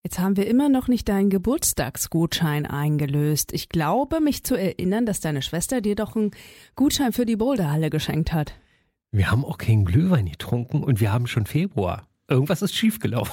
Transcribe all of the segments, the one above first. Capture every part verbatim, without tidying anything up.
Jetzt haben wir immer noch nicht deinen Geburtstagsgutschein eingelöst. Ich glaube, mich zu erinnern, dass deine Schwester dir doch einen Gutschein für die Boulderhalle geschenkt hat. Wir haben auch keinen Glühwein getrunken und wir haben schon Februar. Irgendwas ist schiefgelaufen.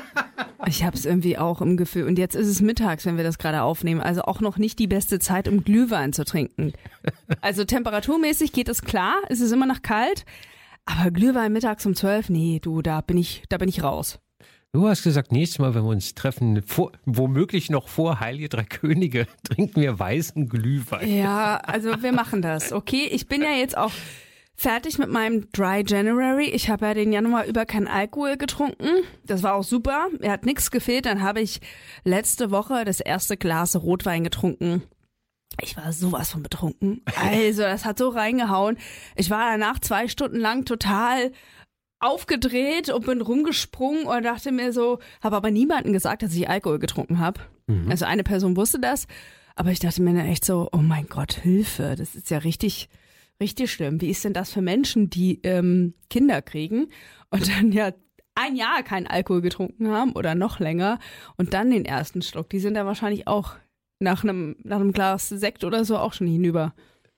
Ich habe es irgendwie auch im Gefühl. Und jetzt ist es mittags, wenn wir das gerade aufnehmen. Also auch noch nicht die beste Zeit, um Glühwein zu trinken. Also temperaturmäßig geht es klar. Es ist immer noch kalt. Aber Glühwein mittags um zwölf, nee, du, da bin ich, da bin ich raus. Du hast gesagt, nächstes Mal, wenn wir uns treffen, vor, womöglich noch vor Heilige Drei Könige, trinken wir weißen Glühwein. Ja, also wir machen das, okay? Ich bin ja jetzt auch fertig mit meinem Dry January. Ich habe ja den Januar über keinen Alkohol getrunken. Das war auch super. Mir hat nichts gefehlt. Dann habe ich letzte Woche das erste Glas Rotwein getrunken. Ich war sowas von betrunken. Also, das hat so reingehauen. Ich war danach zwei Stunden lang total aufgedreht und bin rumgesprungen und dachte mir so, habe aber niemandem gesagt, dass ich Alkohol getrunken habe. Mhm. Also eine Person wusste das, aber ich dachte mir dann echt so, oh mein Gott, Hilfe, das ist ja richtig, richtig schlimm. Wie ist denn das für Menschen, die ähm, Kinder kriegen und dann ja ein Jahr keinen Alkohol getrunken haben oder noch länger und dann den ersten Schluck? Die sind da wahrscheinlich auch nach einem, nach einem Glas Sekt oder so auch schon hinüber.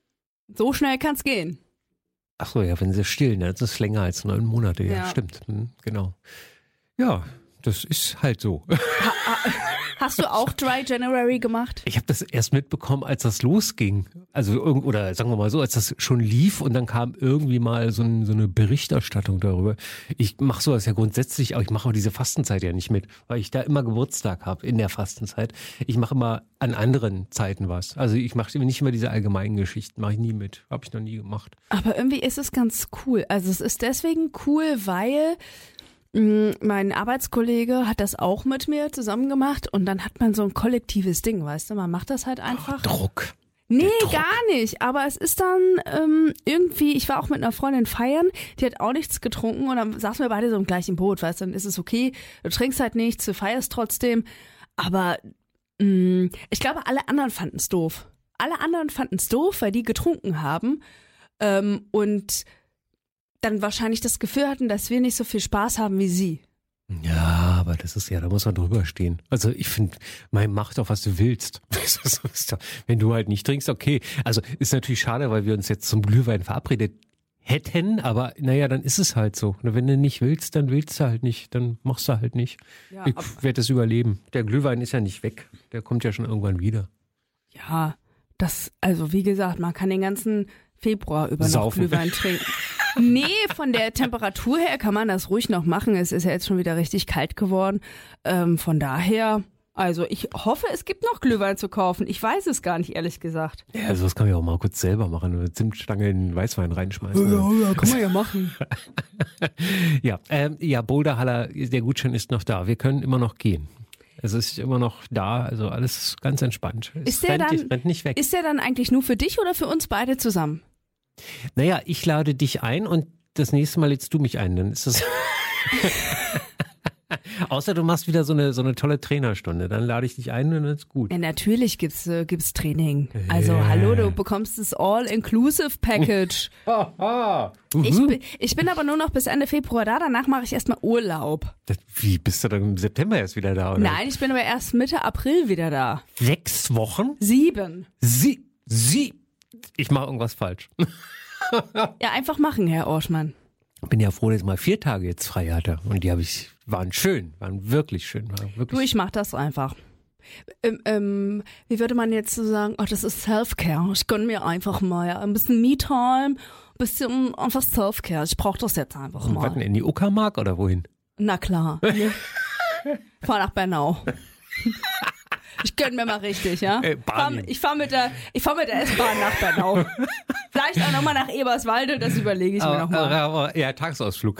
So schnell kann's gehen. Ach so, ja, wenn sie stillen, das ist länger als neun Monate, ja, ja. Stimmt, hm, genau. Ja, das ist halt so. Ha, hast du auch Dry January gemacht? Ich habe das erst mitbekommen, als das losging. Also, oder sagen wir mal so, als das schon lief und dann kam irgendwie mal so, ein, so eine Berichterstattung darüber. Ich mache sowas ja grundsätzlich, aber ich mache auch diese Fastenzeit ja nicht mit, weil ich da immer Geburtstag habe in der Fastenzeit. Ich mache immer an anderen Zeiten was. Also ich mache nicht immer diese allgemeinen Geschichten, mache ich nie mit. Habe ich noch nie gemacht. Aber irgendwie ist es ganz cool. Also es ist deswegen cool, weil mein Arbeitskollege hat das auch mit mir zusammen gemacht und dann hat man so ein kollektives Ding, weißt du, man macht das halt einfach. Oh, Druck. Nee, Druck. gar nicht, aber es ist dann ähm, irgendwie, ich war auch mit einer Freundin feiern, die hat auch nichts getrunken und dann saßen wir beide so im gleichen Boot, weißt du, dann ist es okay, du trinkst halt nichts, du feierst trotzdem, aber mh, ich glaube, alle anderen fanden es doof. Alle anderen fanden es doof, weil die getrunken haben ähm, und dann wahrscheinlich das Gefühl hatten, dass wir nicht so viel Spaß haben wie sie. Ja, aber das ist ja, da muss man drüber stehen. Also ich finde, mach doch, was du willst. Wenn du halt nicht trinkst, okay. Also ist natürlich schade, weil wir uns jetzt zum Glühwein verabredet hätten, aber naja, dann ist es halt so. Wenn du nicht willst, dann willst du halt nicht. Dann machst du halt nicht. Ja, ich werde es überleben. Der Glühwein ist ja nicht weg. Der kommt ja schon irgendwann wieder. Ja, das, also wie gesagt, man kann den ganzen Februar über noch Glühwein trinken. Nee, von der Temperatur her kann man das ruhig noch machen. Es ist ja jetzt schon wieder richtig kalt geworden. Ähm, von daher, also ich hoffe, es gibt noch Glühwein zu kaufen. Ich weiß es gar nicht, ehrlich gesagt. Ja, also das kann man ja auch mal kurz selber machen. Eine Zimtstange in den Weißwein reinschmeißen. Ja, ja, kann man ja machen. ja, ähm, ja, Boulderhalle, der Gutschein ist noch da. Wir können immer noch gehen. Es ist immer noch da, also alles ganz entspannt. Es ist der rennt, dann, rennt nicht weg. Ist der dann eigentlich nur für dich oder für uns beide zusammen? Naja, ich lade dich ein und das nächste Mal lädst du mich ein, dann ist das. Außer du machst wieder so eine, so eine tolle Trainerstunde, dann lade ich dich ein und dann ist gut. Ja, natürlich gibt's, äh, gibt's Training. Also, yeah. Hallo, du bekommst das All-Inclusive-Package. ich, bin, ich bin aber nur noch bis Ende Februar da, danach mache ich erstmal Urlaub. Das, wie, bist du dann im September erst wieder da, oder? Nein, ich bin aber erst Mitte April wieder da. Sechs Wochen? Sieben. Sie, sie, ich mache irgendwas falsch. Ja, einfach machen, Herr Orschmann. Ich bin ja froh, dass ich mal vier Tage jetzt frei hatte. Und die habe ich, waren schön, waren wirklich schön. Waren wirklich du, ich mach das einfach. Ähm, ähm, wie würde man jetzt so sagen, oh, das ist Self-Care. Ich gönne mir einfach mal ja, ein bisschen Me-Time, ein bisschen einfach Self-Care. Ich brauche das jetzt einfach mal. Was denn, in die Uckermark oder wohin? Na klar. Fahr nach Bernau. Ich gönn mir mal richtig, ja. Äh, fahr, ich fahre mit der, ich fahr mit der S-Bahn nach Bernau. Vielleicht auch nochmal nach Eberswalde, das überlege ich aber, mir nochmal. Aber ja, Tagesausflug.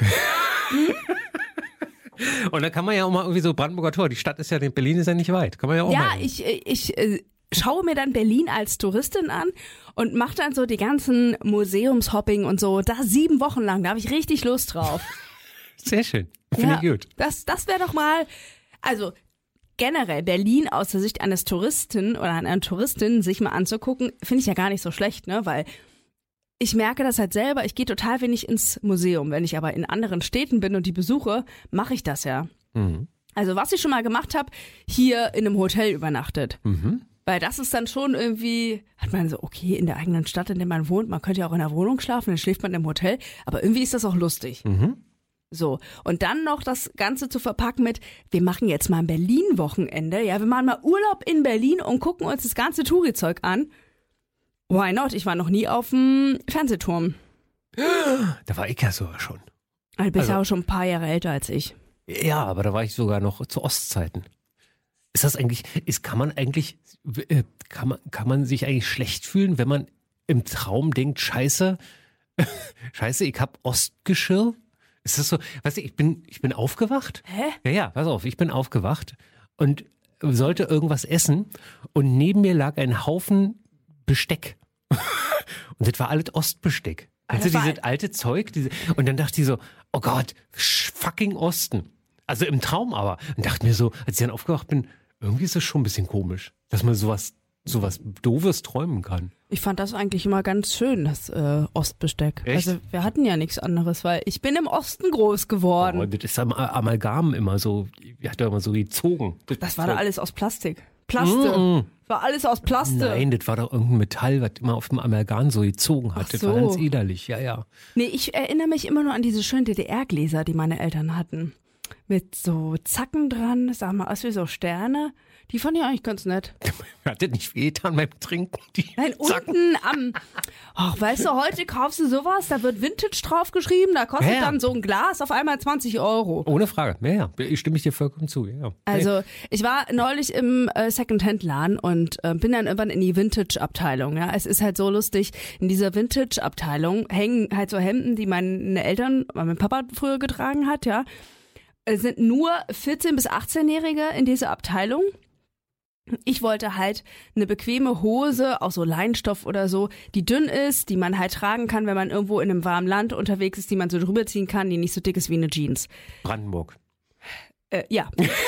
Und dann kann man ja auch mal irgendwie so Brandenburger Tor, die Stadt ist ja, Berlin ist ja nicht weit. Kann man ja auch ja, mal. Ja, ich, ich äh, schaue mir dann Berlin als Touristin an und mache dann so die ganzen Museumshopping und so. Da sieben Wochen lang, da habe ich richtig Lust drauf. Sehr schön. Finde ja, ich gut. Das, das wäre doch mal, also generell Berlin aus der Sicht eines Touristen oder einer Touristin sich mal anzugucken, finde ich ja gar nicht so schlecht, ne? Weil ich merke das halt selber, ich gehe total wenig ins Museum. Wenn ich aber in anderen Städten bin und die besuche, mache ich das ja. Mhm. Also was ich schon mal gemacht habe, hier in einem Hotel übernachtet. Mhm. Weil das ist dann schon irgendwie, hat man so, okay, in der eigenen Stadt, in der man wohnt, man könnte ja auch in der Wohnung schlafen, dann schläft man im Hotel, aber irgendwie ist das auch lustig. Mhm. So, und dann noch das Ganze zu verpacken mit, wir machen jetzt mal ein Berlin-Wochenende, ja, wir machen mal Urlaub in Berlin und gucken uns das ganze Touri-Zeug an. Why not? Ich war noch nie auf dem Fernsehturm. Da war ich ja sogar schon. Also bist ja Also- auch schon ein paar Jahre älter als ich. Ja, aber da war ich sogar noch zu Ostzeiten. Ist das eigentlich, ist, kann man eigentlich, äh, kann man, kann man sich eigentlich schlecht fühlen, wenn man im Traum denkt, scheiße, scheiße, ich hab Ostgeschirr? Ist das so, weißt du, ich bin, ich bin aufgewacht. Hä? Ja, ja, pass auf, ich bin aufgewacht und sollte irgendwas essen und neben mir lag ein Haufen Besteck. Und das war alles Ostbesteck. Also das war dieses alte Zeug, diese, und dann dachte ich so, oh Gott, sch- fucking Osten. Also im Traum aber. Und dachte mir so, als ich dann aufgewacht bin, irgendwie ist das schon ein bisschen komisch, dass man sowas, sowas Doofes träumen kann. Ich fand das eigentlich immer ganz schön, das äh, Ostbesteck. Echt? Also wir hatten ja nichts anderes, weil ich bin im Osten groß geworden. Oh, das ist am Amalgam immer so, ich hatte immer so gezogen. Das war da alles aus Plastik. Plaste. Mm-mm. War alles aus Plaste. Nein, das war doch irgendein Metall, was immer auf dem Amalgam so gezogen hat. Ach Das so. war ganz widerlich, ja, ja. Nee, ich erinnere mich immer nur an diese schönen D D R-Gläser, die meine Eltern hatten. Mit so Zacken dran, das sah mal aus wie so Sterne. Die fand ich eigentlich ganz nett. Hat das nicht wehgetan beim Trinken? Die Nein, Zacken? unten am, ach, weißt du, heute kaufst du sowas, da wird Vintage draufgeschrieben, da kostet Ja, ja. dann so ein Glas auf einmal zwanzig Euro. Ohne Frage. Ja, ja, ich stimme ich dir vollkommen zu. Ja. Also ich war neulich im äh, Secondhand-Laden und äh, bin dann irgendwann in die Vintage-Abteilung. Ja, es ist halt so lustig. In dieser Vintage-Abteilung hängen halt so Hemden, die meine Eltern, mein Papa früher getragen hat. Ja, es sind nur vierzehn- bis achtzehnjährige in dieser Abteilung. Ich wollte halt eine bequeme Hose, auch so Leinstoff oder so, die dünn ist, die man halt tragen kann, wenn man irgendwo in einem warmen Land unterwegs ist, die man so drüber ziehen kann, die nicht so dick ist wie eine Jeans. Brandenburg. Äh, ja.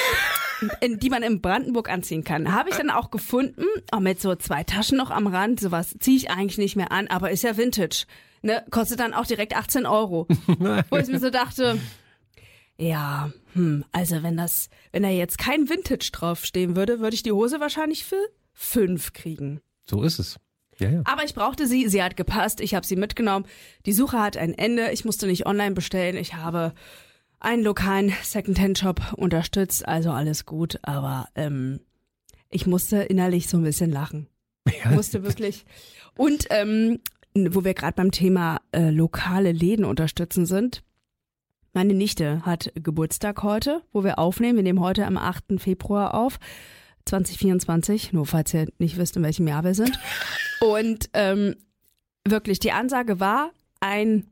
In, die man in Brandenburg anziehen kann. Habe ich dann auch gefunden, auch mit so zwei Taschen noch am Rand, sowas ziehe ich eigentlich nicht mehr an, aber ist ja Vintage. Ne? Kostet dann auch direkt achtzehn Euro. Wo ich mir so dachte, ja, hm, also wenn das, wenn da jetzt kein Vintage draufstehen würde, würde ich die Hose wahrscheinlich für fünf kriegen. So ist es. Ja, ja. Aber ich brauchte sie, sie hat gepasst, ich habe sie mitgenommen. Die Suche hat ein Ende, ich musste nicht online bestellen, ich habe einen lokalen Secondhand-Shop unterstützt, also alles gut, aber ähm, ich musste innerlich so ein bisschen lachen. Ich musste wirklich. Und ähm, wo wir gerade beim Thema äh, lokale Läden unterstützen sind, meine Nichte hat Geburtstag heute, wo wir aufnehmen. Wir nehmen heute am achten Februar auf, zwanzig vierundzwanzig, nur falls ihr nicht wisst, in welchem Jahr wir sind. Und ähm, wirklich, die Ansage war ein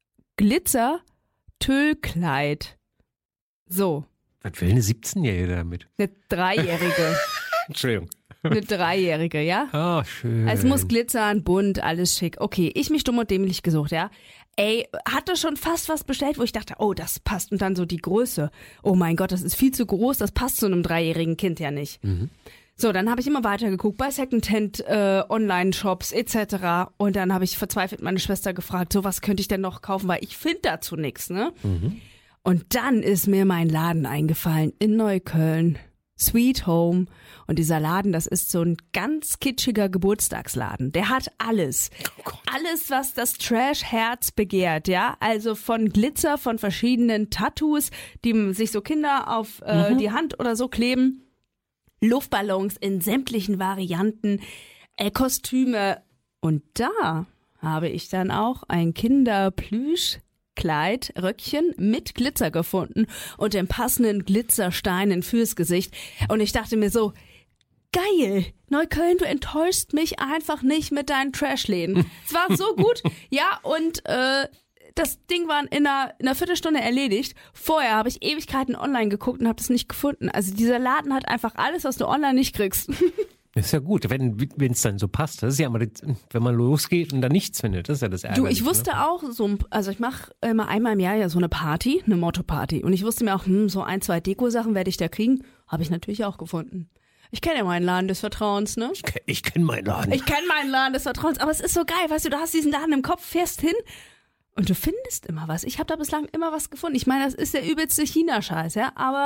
Glitzer-Tüllkleid. So, Was will eine siebzehnjährige damit? eine Dreijährige. Entschuldigung. Eine Dreijährige, ja? Ah, schön. Es muss glitzern, bunt, alles schick. Okay, ich mich dumm und dämlich gesucht, ja. Ey, hatte schon fast was bestellt, wo ich dachte, oh, das passt. Und dann so die Größe. Oh mein Gott, das ist viel zu groß, das passt zu einem dreijährigen Kind ja nicht. Mhm. So, dann habe ich immer weiter geguckt bei Secondhand, äh, Online-Shops et cetera. Und dann habe ich verzweifelt meine Schwester gefragt, so was könnte ich denn noch kaufen, weil ich finde dazu nichts, ne? Mhm. Und dann ist mir mein Laden eingefallen in Neukölln. Sweet Home. Und dieser Laden, das ist so ein ganz kitschiger Geburtstagsladen. Der hat alles. Oh Gott. Alles, was das Trash-Herz begehrt, ja. Also von Glitzer, von verschiedenen Tattoos, die sich so Kinder auf äh, Mhm. die Hand oder so kleben. Luftballons in sämtlichen Varianten, äh, Kostüme. Und da habe ich dann auch ein Kinderplüsch Kleid, Röckchen mit Glitzer gefunden und den passenden Glitzersteinen fürs Gesicht. Und ich dachte mir so, geil, Neukölln, du enttäuschst mich einfach nicht mit deinen Trashläden. Es war so gut, ja, und äh, das Ding war in einer, in einer Viertelstunde erledigt. Vorher habe ich Ewigkeiten online geguckt und habe das nicht gefunden. Also dieser Laden hat einfach alles, was du online nicht kriegst. Das ist ja gut, wenn es dann so passt. Das ist ja immer, das, wenn man losgeht und dann nichts findet, das ist ja das Ärgerliche. Du, ich wusste ne? auch, so, ein- also ich mache immer einmal im Jahr ja so eine Party, eine Motto-Party. Und ich wusste mir auch, hm, so ein, zwei Deko-Sachen werde ich da kriegen. Habe ich natürlich auch gefunden. Ich kenne ja meinen Laden des Vertrauens, ne? Ich, kenn- ich kenne meinen Laden. Ich kenne meinen Laden des Vertrauens, aber es ist so geil, weißt du, du hast diesen Laden im Kopf, fährst hin und du findest immer was. Ich habe da bislang immer was gefunden. Ich meine, das ist der übelste China-Scheiß, ja, aber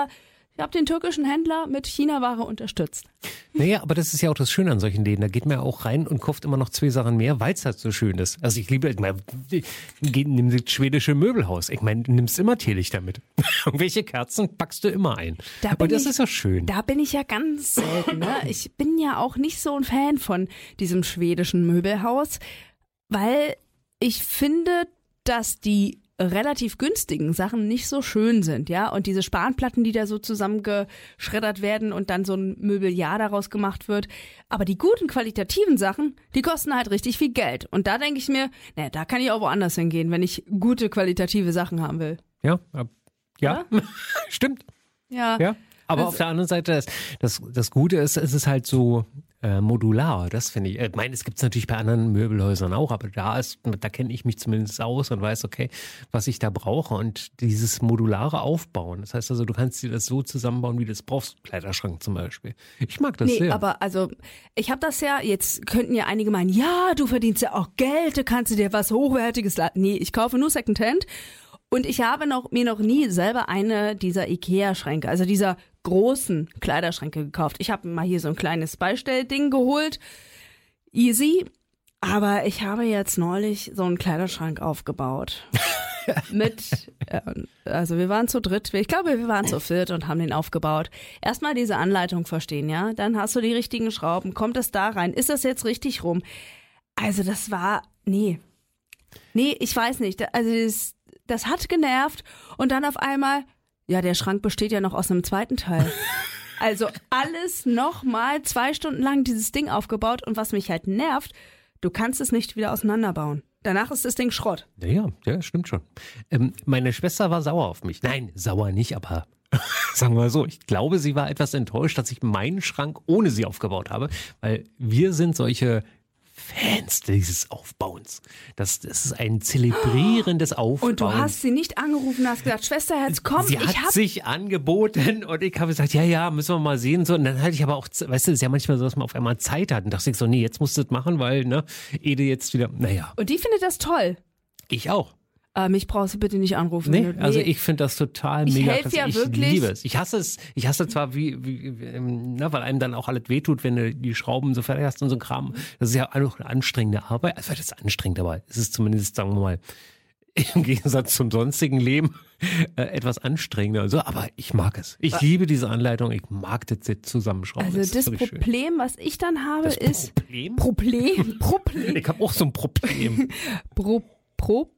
Ich habe den türkischen Händler mit China-Ware unterstützt. Naja, aber das ist ja auch das Schöne an solchen Läden. Da geht man ja auch rein und kauft immer noch zwei Sachen mehr, weil es halt so schön ist. Also ich liebe, ich meine, nimm das schwedische Möbelhaus. Ich meine, du nimmst immer Teelichter mit. Irgendwelche Kerzen packst du immer ein. Da und das ich, ist ja schön. Da bin ich ja ganz selten. Ne? Ich bin ja auch nicht so ein Fan von diesem schwedischen Möbelhaus, weil ich finde, dass die relativ günstigen Sachen nicht so schön sind, ja, und diese Spanplatten, die da so zusammengeschreddert werden und dann so ein Möbeljahr daraus gemacht wird, aber die guten qualitativen Sachen, die kosten halt richtig viel Geld und da denke ich mir, naja, da kann ich auch woanders hingehen, wenn ich gute qualitative Sachen haben will. Ja, ja, stimmt. Ja. Ja. Aber also, auf der anderen Seite, das, das, das Gute ist, es ist halt so äh, modular, das finde ich. Ich meine, es gibt es natürlich bei anderen Möbelhäusern auch, aber da ist, da kenne ich mich zumindest aus und weiß, okay, was ich da brauche und dieses modulare Aufbauen. Das heißt also, du kannst dir das so zusammenbauen, wie du es brauchst. Kleiderschrank zum Beispiel. Ich mag das nee, sehr. aber also, ich habe das ja, jetzt könnten ja einige meinen, ja, du verdienst ja auch Geld, du kannst dir was Hochwertiges laden. Nee, ich kaufe nur Secondhand. Und ich habe noch, mir noch nie selber eine dieser Ikea-Schränke, also dieser großen Kleiderschränke gekauft. Ich habe mal hier so ein kleines Beistellding geholt. Easy. Aber ich habe jetzt neulich so einen Kleiderschrank aufgebaut. Mit, äh, also wir waren zu dritt, ich glaube, wir waren zu viert und haben den aufgebaut. Erstmal diese Anleitung verstehen, ja? Dann hast du die richtigen Schrauben. Kommt es da rein? Ist das jetzt richtig rum? Also das war, nee. Nee, ich weiß nicht. Also das Das hat genervt und dann auf einmal, ja, der Schrank besteht ja noch aus einem zweiten Teil. Also alles nochmal zwei Stunden lang dieses Ding aufgebaut und was mich halt nervt, du kannst es nicht wieder auseinanderbauen. Danach ist das Ding Schrott. Ja, ja, ja, stimmt schon. Ähm, meine Schwester war sauer auf mich. Nein, sauer nicht, aber sagen wir mal so, ich glaube, sie war etwas enttäuscht, dass ich meinen Schrank ohne sie aufgebaut habe, weil wir sind solche Fans dieses Aufbauens. Das, das ist ein zelebrierendes Aufbauen. Und du hast sie nicht angerufen, hast gesagt, Schwesterherz, komm, sie ich hat hab... sich angeboten und ich habe gesagt, ja, ja, müssen wir mal sehen. So, und dann hatte ich aber auch, weißt du, das ist ja manchmal so, dass man auf einmal Zeit hat und dachte ich so, nee, jetzt musst du das machen, weil, ne, Ede jetzt wieder, naja. Und die findet das toll. Ich auch. Äh, mich brauchst du bitte nicht anrufen. Nee, du, nee. also ich finde das total ich mega. helfe ja ich wirklich. liebe es. Ich hasse es. Ich hasse zwar, wie, wie, wie na, weil einem dann auch alles wehtut, wenn du die Schrauben so fertig hast und so ein Kram. Das ist ja auch eine anstrengende Arbeit. Also das ist anstrengend, aber es ist zumindest, sagen wir mal, im Gegensatz zum sonstigen Leben äh, etwas anstrengender. Also, aber ich mag es. Ich was? liebe diese Anleitung. Ich mag das Zusammenschrauben. Also das, das Problem, schön. Was ich dann habe, das ist Problem. Problem. Problem. Ich habe auch so ein Problem. Pro, Problem.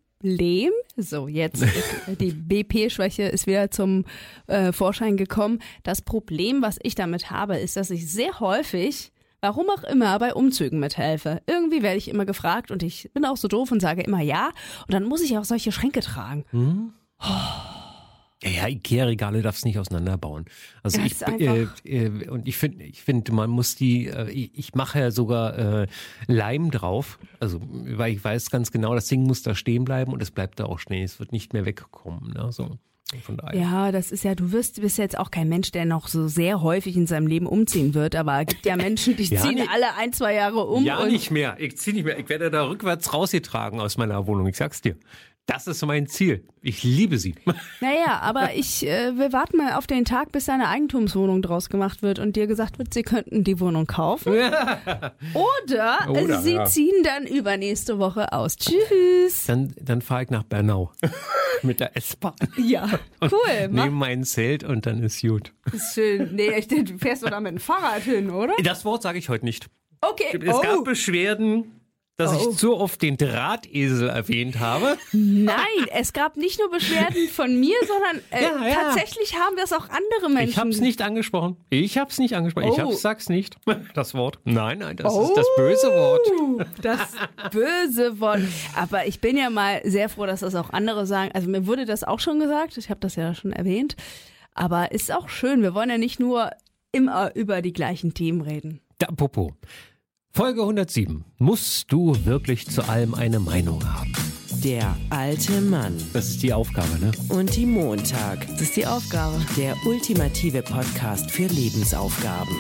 So, jetzt die B P-Schwäche ist wieder zum äh, Vorschein gekommen. Das Problem, was ich damit habe, ist, dass ich sehr häufig, warum auch immer, bei Umzügen mithelfe. Irgendwie werde ich immer gefragt und ich bin auch so doof und sage immer ja. Und dann muss ich auch solche Schränke tragen. Hm? Oh. Ja, ja, Ikea-Regale darfst du nicht auseinanderbauen. Also ja, ich äh, äh, und ich finde, ich finde, man muss die. Äh, ich, ich mache ja sogar äh, Leim drauf, also weil ich weiß ganz genau, das Ding muss da stehen bleiben und es bleibt da auch stehen. Es wird nicht mehr wegkommen. Ne? So, von daher. Ja, das ist ja. Du wirst bist jetzt auch kein Mensch, der noch so sehr häufig in seinem Leben umziehen wird. Aber es gibt ja Menschen, die ja, ziehen nicht, alle ein, zwei Jahre um. Ja, und nicht mehr. Ich ziehe nicht mehr. Ich werde da rückwärts rausgetragen aus meiner Wohnung. Ich sag's dir. Das ist mein Ziel. Ich liebe sie. Naja, aber ich, äh, wir warten mal auf den Tag, bis eine Eigentumswohnung draus gemacht wird und dir gesagt wird, sie könnten die Wohnung kaufen. Oder, Oder sie ja. ziehen dann übernächste Woche aus. Tschüss. Dann, dann fahre ich nach Bernau mit der S-Bahn. Ja, cool. Nehme mein Zelt und dann ist gut. Ist schön. Nee, ich, du fährst du da mit dem Fahrrad hin, oder? Das Wort sage ich heute nicht. Okay. Es oh. gab Beschwerden, dass Oh. ich zu oft den Drahtesel erwähnt habe. Nein, es gab nicht nur Beschwerden von mir, sondern äh, Ja, ja. tatsächlich haben das auch andere Menschen. Ich habe es nicht angesprochen. Ich habe es nicht angesprochen. Oh. Ich hab's, sag's nicht. Das Wort. Nein, nein, das Oh. ist das böse Wort. Das böse Wort. Aber ich bin ja mal sehr froh, dass das auch andere sagen. Also mir wurde das auch schon gesagt. Ich habe das ja schon erwähnt. Aber ist auch schön. Wir wollen ja nicht nur immer über die gleichen Themen reden. Da, Popo. Folge hundertsieben. Musst du wirklich zu allem eine Meinung haben? Der alte Mann Das ist die Aufgabe, ne? und die Montag. Das ist die Aufgabe. Der ultimative Podcast für Lebensaufgaben.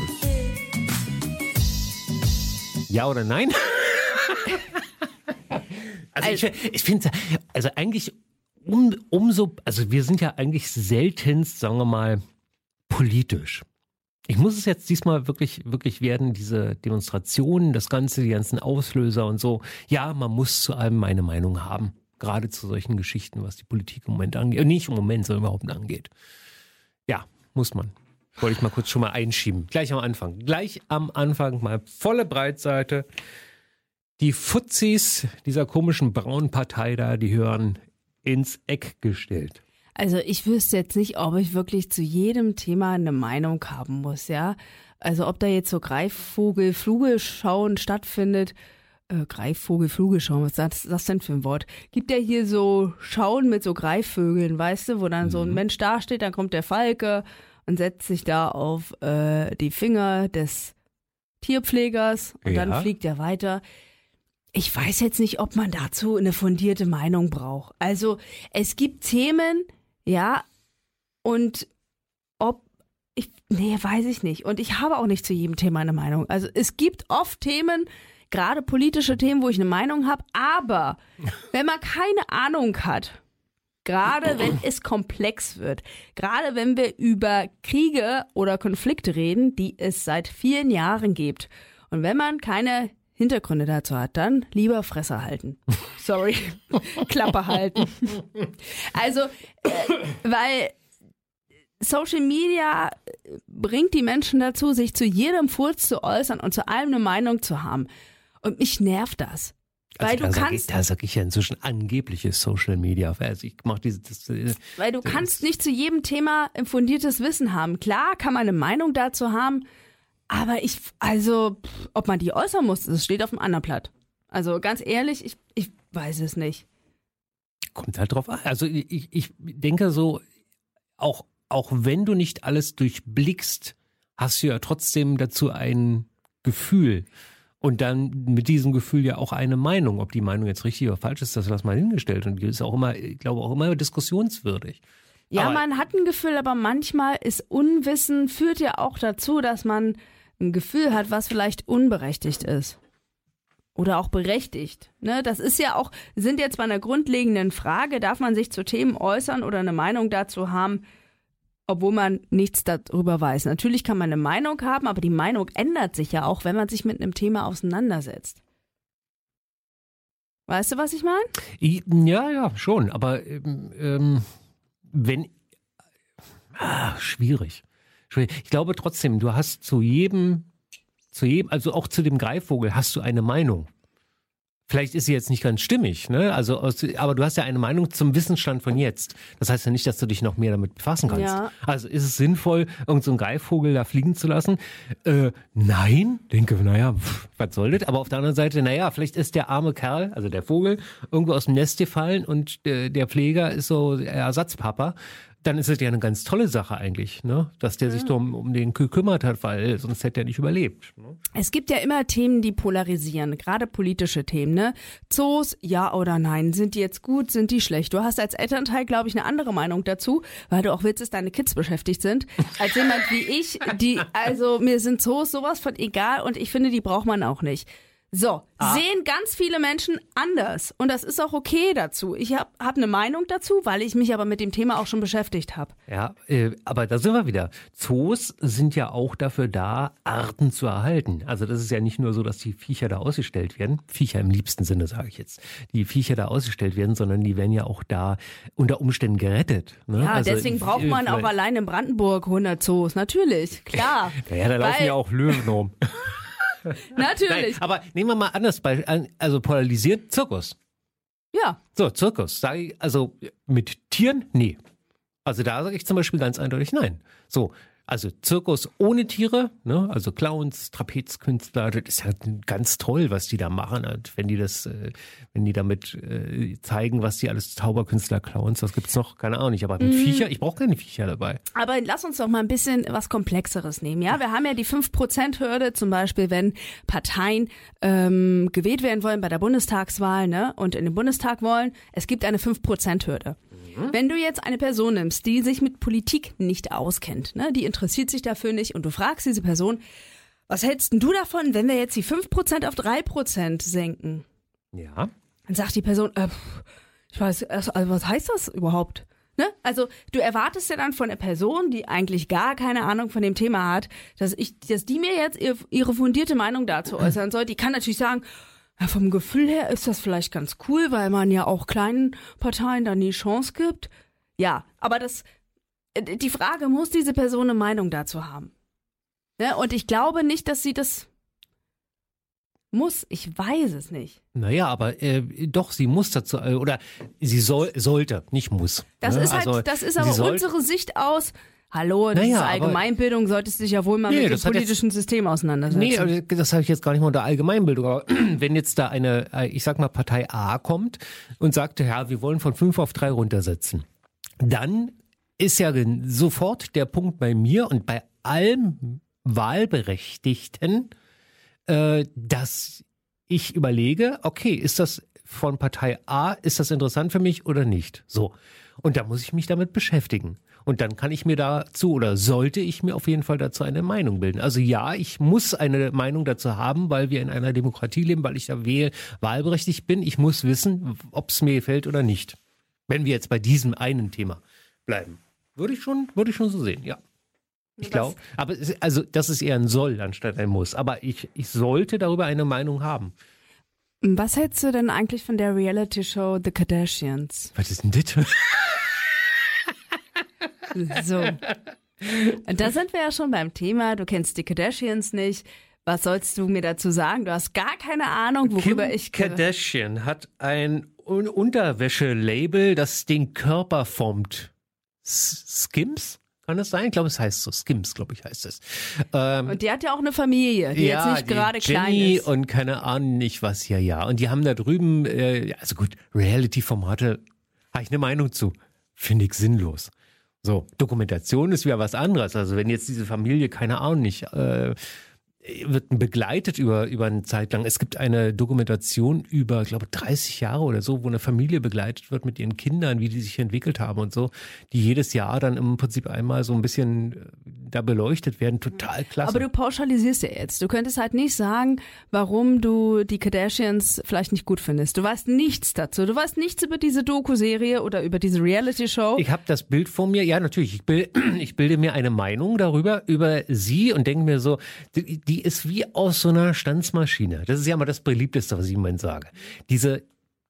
Ja oder nein? Also ich, ich finde, also eigentlich um, umso, also wir sind ja eigentlich seltenst, sagen wir mal, politisch. Ich muss es jetzt diesmal wirklich, wirklich werden, diese Demonstrationen, das Ganze, die ganzen Auslöser und so. Ja, man muss zu allem eine Meinung haben. Gerade zu solchen Geschichten, was die Politik im Moment angeht. Nicht im Moment, sondern überhaupt angeht. Ja, muss man. Wollte ich mal kurz schon mal einschieben. Gleich am Anfang. Gleich am Anfang mal volle Breitseite. Die Fuzis dieser komischen braunen Partei da, die hören ins Eck gestellt. Also ich wüsste jetzt nicht, ob ich wirklich zu jedem Thema eine Meinung haben muss, ja. Also ob da jetzt so Greifvogel-Flugelschauen stattfindet. Äh, Greifvogel-Flugelschauen, was ist das denn für ein Wort? Gibt ja hier so Schauen mit so Greifvögeln, weißt du, wo dann mhm. so ein Mensch dasteht, dann kommt der Falke und setzt sich da auf äh, die Finger des Tierpflegers und Ja. dann fliegt er weiter. Ich weiß jetzt nicht, ob man dazu eine fundierte Meinung braucht. Also es gibt Themen, ja, und ob, ich, nee, weiß ich nicht. Und ich habe auch nicht zu jedem Thema eine Meinung. Also es gibt oft Themen, gerade politische Themen, wo ich eine Meinung habe, aber wenn man keine Ahnung hat, gerade wenn es komplex wird, gerade wenn wir über Kriege oder Konflikte reden, die es seit vielen Jahren gibt, und wenn man keine Hintergründe dazu hat, dann lieber Fresse halten. Sorry, Klappe halten. Also, äh, weil Social Media bringt die Menschen dazu, sich zu jedem Furz zu äußern und zu allem eine Meinung zu haben. Und mich nervt das. Weil Also du da sag kannst, ich, da sage ich ja inzwischen angebliches Social Media. Also ich mache diese, das, äh, weil du kannst nicht zu jedem Thema ein fundiertes Wissen haben. Klar kann man eine Meinung dazu haben, aber ich, also, pff, ob man die äußern muss, das steht auf dem anderen Blatt. Also ganz ehrlich, ich, ich weiß es nicht. kommt halt drauf an. Also ich, ich denke so, auch, auch wenn du nicht alles durchblickst, hast du ja trotzdem dazu ein Gefühl. Und dann mit diesem Gefühl ja auch eine Meinung. Ob die Meinung jetzt richtig oder falsch ist, das lass mal hingestellt. Und die ist auch immer, ich glaube, auch immer diskussionswürdig. Ja, Aber- man hat ein Gefühl, aber manchmal ist Unwissen, führt ja auch dazu, dass man ein Gefühl hat, was vielleicht unberechtigt ist. Oder auch berechtigt. Ne? Das ist ja auch, sind jetzt bei einer grundlegenden Frage, darf man sich zu Themen äußern oder eine Meinung dazu haben, obwohl man nichts darüber weiß. Natürlich kann man eine Meinung haben, aber die Meinung ändert sich ja auch, wenn man sich mit einem Thema auseinandersetzt. Weißt du, was ich meine? I- Ja, ja, schon. Aber ähm, ähm, wenn... Ah, schwierig. schwierig. Ich glaube trotzdem, du hast zu jedem, zu jedem, also auch zu dem Greifvogel hast du eine Meinung. Vielleicht ist sie jetzt nicht ganz stimmig, ne? Also, aus, aber du hast ja eine Meinung zum Wissensstand von jetzt. Das heißt ja nicht, dass du dich noch mehr damit befassen kannst. Ja. Also ist es sinnvoll, irgendeinen so einen Greifvogel da fliegen zu lassen? Äh, nein, denke, naja, pff, was soll das? Aber auf der anderen Seite, naja, vielleicht ist der arme Kerl, also der Vogel, irgendwo aus dem Nest gefallen und der, der Pfleger ist so Ersatzpapa. Dann ist es ja eine ganz tolle Sache eigentlich, ne? Dass der sich darum um den gekümmert hat, weil sonst hätte er nicht überlebt. Ne? Es gibt ja immer Themen, die polarisieren, gerade politische Themen, ne? Zoos, ja oder nein, sind die jetzt gut, sind die schlecht? Du hast als Elternteil, glaube ich, eine andere Meinung dazu, weil du auch willst, dass deine Kids beschäftigt sind, als jemand wie ich, die, also mir sind Zoos sowas von egal und ich finde, die braucht man auch nicht. So, Ah. sehen ganz viele Menschen anders und das ist auch okay dazu. Ich habe hab eine Meinung dazu, weil ich mich aber mit dem Thema auch schon beschäftigt habe. Ja, äh, aber da sind wir wieder. Zoos sind ja auch dafür da, Arten zu erhalten. Also das ist ja nicht nur so, dass die Viecher da ausgestellt werden, Viecher im liebsten Sinne, sage ich jetzt, die Viecher da ausgestellt werden, sondern die werden ja auch da unter Umständen gerettet. Ne? Ja, also, deswegen braucht man auch vielleicht- allein in Brandenburg hundert Zoos, natürlich, klar. Ja, da laufen Weil- ja auch Löwen rum. Natürlich. Nein, aber nehmen wir mal anders Beispiel an, also polarisiert Zirkus. Ja, So, Zirkus, sage ich, also mit Tieren, nee. Also da sage ich zum Beispiel ganz eindeutig nein. So, also Zirkus ohne Tiere, ne? Also Clowns, Trapezkünstler, das ist ja ganz toll, was die da machen. Und wenn die das, äh, wenn die damit äh, zeigen, was die alles Zauberkünstler, Clowns, was gibt's noch? Keine Ahnung nicht. Aber mit Viecher, ich brauche keine Viecher dabei. aber lass uns doch mal ein bisschen was Komplexeres nehmen. Ja, wir haben ja die fünf Prozent Hürde, zum Beispiel, wenn Parteien ähm, gewählt werden wollen bei der Bundestagswahl, ne, und in den Bundestag wollen. Es gibt eine fünf Prozent Hürde. Wenn du jetzt eine Person nimmst, die sich mit Politik nicht auskennt, ne, die interessiert sich dafür nicht und du fragst diese Person, was hältst denn du davon, wenn wir jetzt die fünf Prozent auf drei Prozent senken? Ja. Dann sagt die Person, äh, pff, ich weiß, also was heißt das überhaupt? Ne? Also du erwartest ja dann von der Person, die eigentlich gar keine Ahnung von dem Thema hat, dass ich, dass die mir jetzt ihr, ihre fundierte Meinung dazu äußern soll. Die kann natürlich sagen, ja, vom Gefühl her ist das vielleicht ganz cool, weil man ja auch kleinen Parteien dann die Chance gibt. Ja, aber das, die Frage, muss diese Person eine Meinung dazu haben? Ne? Und ich glaube nicht, dass sie das muss. Ich weiß es nicht. Naja, aber äh, doch, sie muss dazu, äh, oder sie soll, sollte, nicht muss. Das ne? ist halt, also, das ist aber soll, unsere Sicht aus, hallo, das naja, ist Allgemeinbildung, solltest dich ja wohl mal nee, mit dem politischen jetzt, System auseinandersetzen. Nee, also das habe ich jetzt gar nicht mal unter Allgemeinbildung, aber wenn jetzt da eine, ich sag mal, Partei A kommt und sagt, ja, wir wollen von fünf auf drei runtersetzen, dann ist ja sofort der Punkt bei mir und bei allen Wahlberechtigten, äh, dass ich überlege, okay, ist das von Partei A, ist das interessant für mich oder nicht? So. Und da muss ich mich damit beschäftigen. Und dann kann ich mir dazu oder sollte ich mir auf jeden Fall dazu eine Meinung bilden. Also ja, ich muss eine Meinung dazu haben, weil wir in einer Demokratie leben, weil ich da wähl, wahlberechtigt bin. Ich muss wissen, ob es mir gefällt oder nicht. Wenn wir jetzt bei diesem einen Thema bleiben. Würde ich schon, würde ich schon so sehen, ja. Ich glaube, aber es, also das ist eher ein Soll anstatt ein Muss. Aber ich, ich sollte darüber eine Meinung haben. Was hältst du denn eigentlich von der Reality-Show The Kardashians? Was ist denn das? So. Und da sind wir ja schon beim Thema. Du kennst die Kardashians nicht. Was sollst du mir dazu sagen? Du hast gar keine Ahnung, worüber Kim ich... Kardashian hat ein Un- Unterwäschelabel, das den Körper formt. S- Skims? Kann das sein? Ich glaube, es heißt so. Skims, glaube ich, heißt es. Ähm, und die hat ja auch eine Familie, die ja, jetzt nicht die gerade klein Jenny ist. Und keine Ahnung nicht was, ja, ja. Und die haben da drüben, äh, also gut, Reality-Formate, habe ich eine Meinung zu. Finde ich sinnlos. So, Dokumentation ist wieder was anderes. Also wenn jetzt diese Familie, keine Ahnung nicht, äh, wird begleitet über, über eine Zeit lang. Es gibt eine Dokumentation über, ich glaube, dreißig Jahre oder so, wo eine Familie begleitet wird mit ihren Kindern, wie die sich entwickelt haben und so, die jedes Jahr dann im Prinzip einmal so ein bisschen da beleuchtet werden. Total klasse. Aber du pauschalisierst ja jetzt. Du könntest halt nicht sagen, warum du die Kardashians vielleicht nicht gut findest. Du weißt nichts dazu. Du weißt nichts über diese Doku-Serie oder über diese Reality-Show. Ich habe das Bild vor mir. Ja, natürlich. Ich, bild, ich bilde mir eine Meinung darüber, über sie und denke mir so, die, die ist wie aus so einer Stanzmaschine. Das ist ja mal das Beliebteste, was ich immer sage. Diese,